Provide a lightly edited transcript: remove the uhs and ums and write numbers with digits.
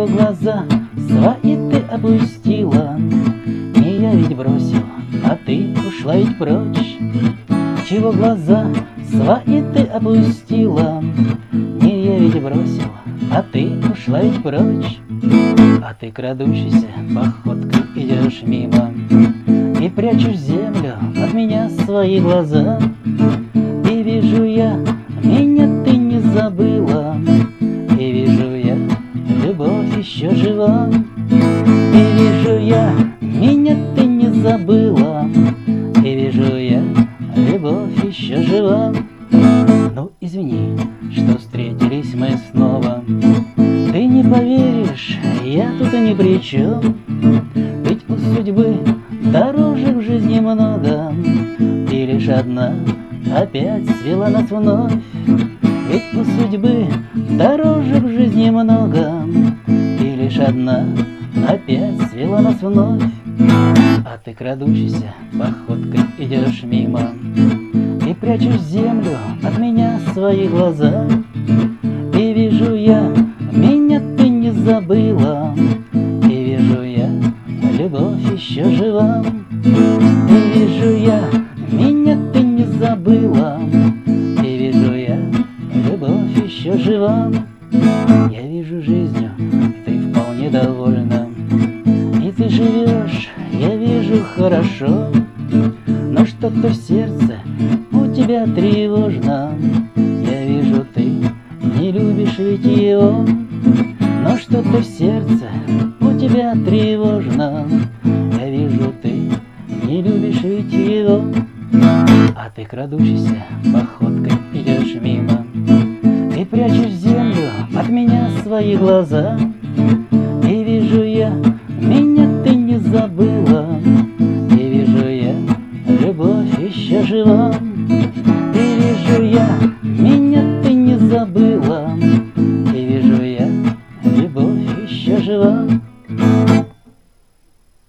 Чего глаза свои ты опустила? Не я ведь бросил, а ты ушла ведь прочь. Чего глаза свои ты опустила? Не я ведь бросил, а ты ушла ведь прочь. А ты, крадущейся походкой, идешь мимо и прячешь землю от меня свои глаза. И вижу я, меня ты не забыла, и вижу я, любовь еще жива. И вижу я, меня ты не забыла, и вижу я, любовь еще жива. Ну, извини, что встретились мы снова. Ты не поверишь, я тут и ни при чем. Ведь у судьбы дорожек в жизни много, и лишь одна опять свела нас вновь. Ведь у судьбы дорожек в жизни много, и лишь одна опять свела нас вновь. А ты, крадущейся походкой, идешь мимо и прячешь землю от меня свои глаза. И вижу я, меня ты не забыла, и вижу я, любовь еще жива. И вижу я, меня ты не забыла, и вижу я, любовь еще жива. Я вижу жизнью, ты вполне довольна, и ты живешь, я вижу, хорошо. Но что-то в сердце у тебя тревожно. Я вижу, ты не любишь ведь его. Но что-то в сердце у тебя тревожно. Я вижу, ты не любишь ведь его. А ты, крадущейся походкой, идешь мимо и прячешь землю от меня свои глаза.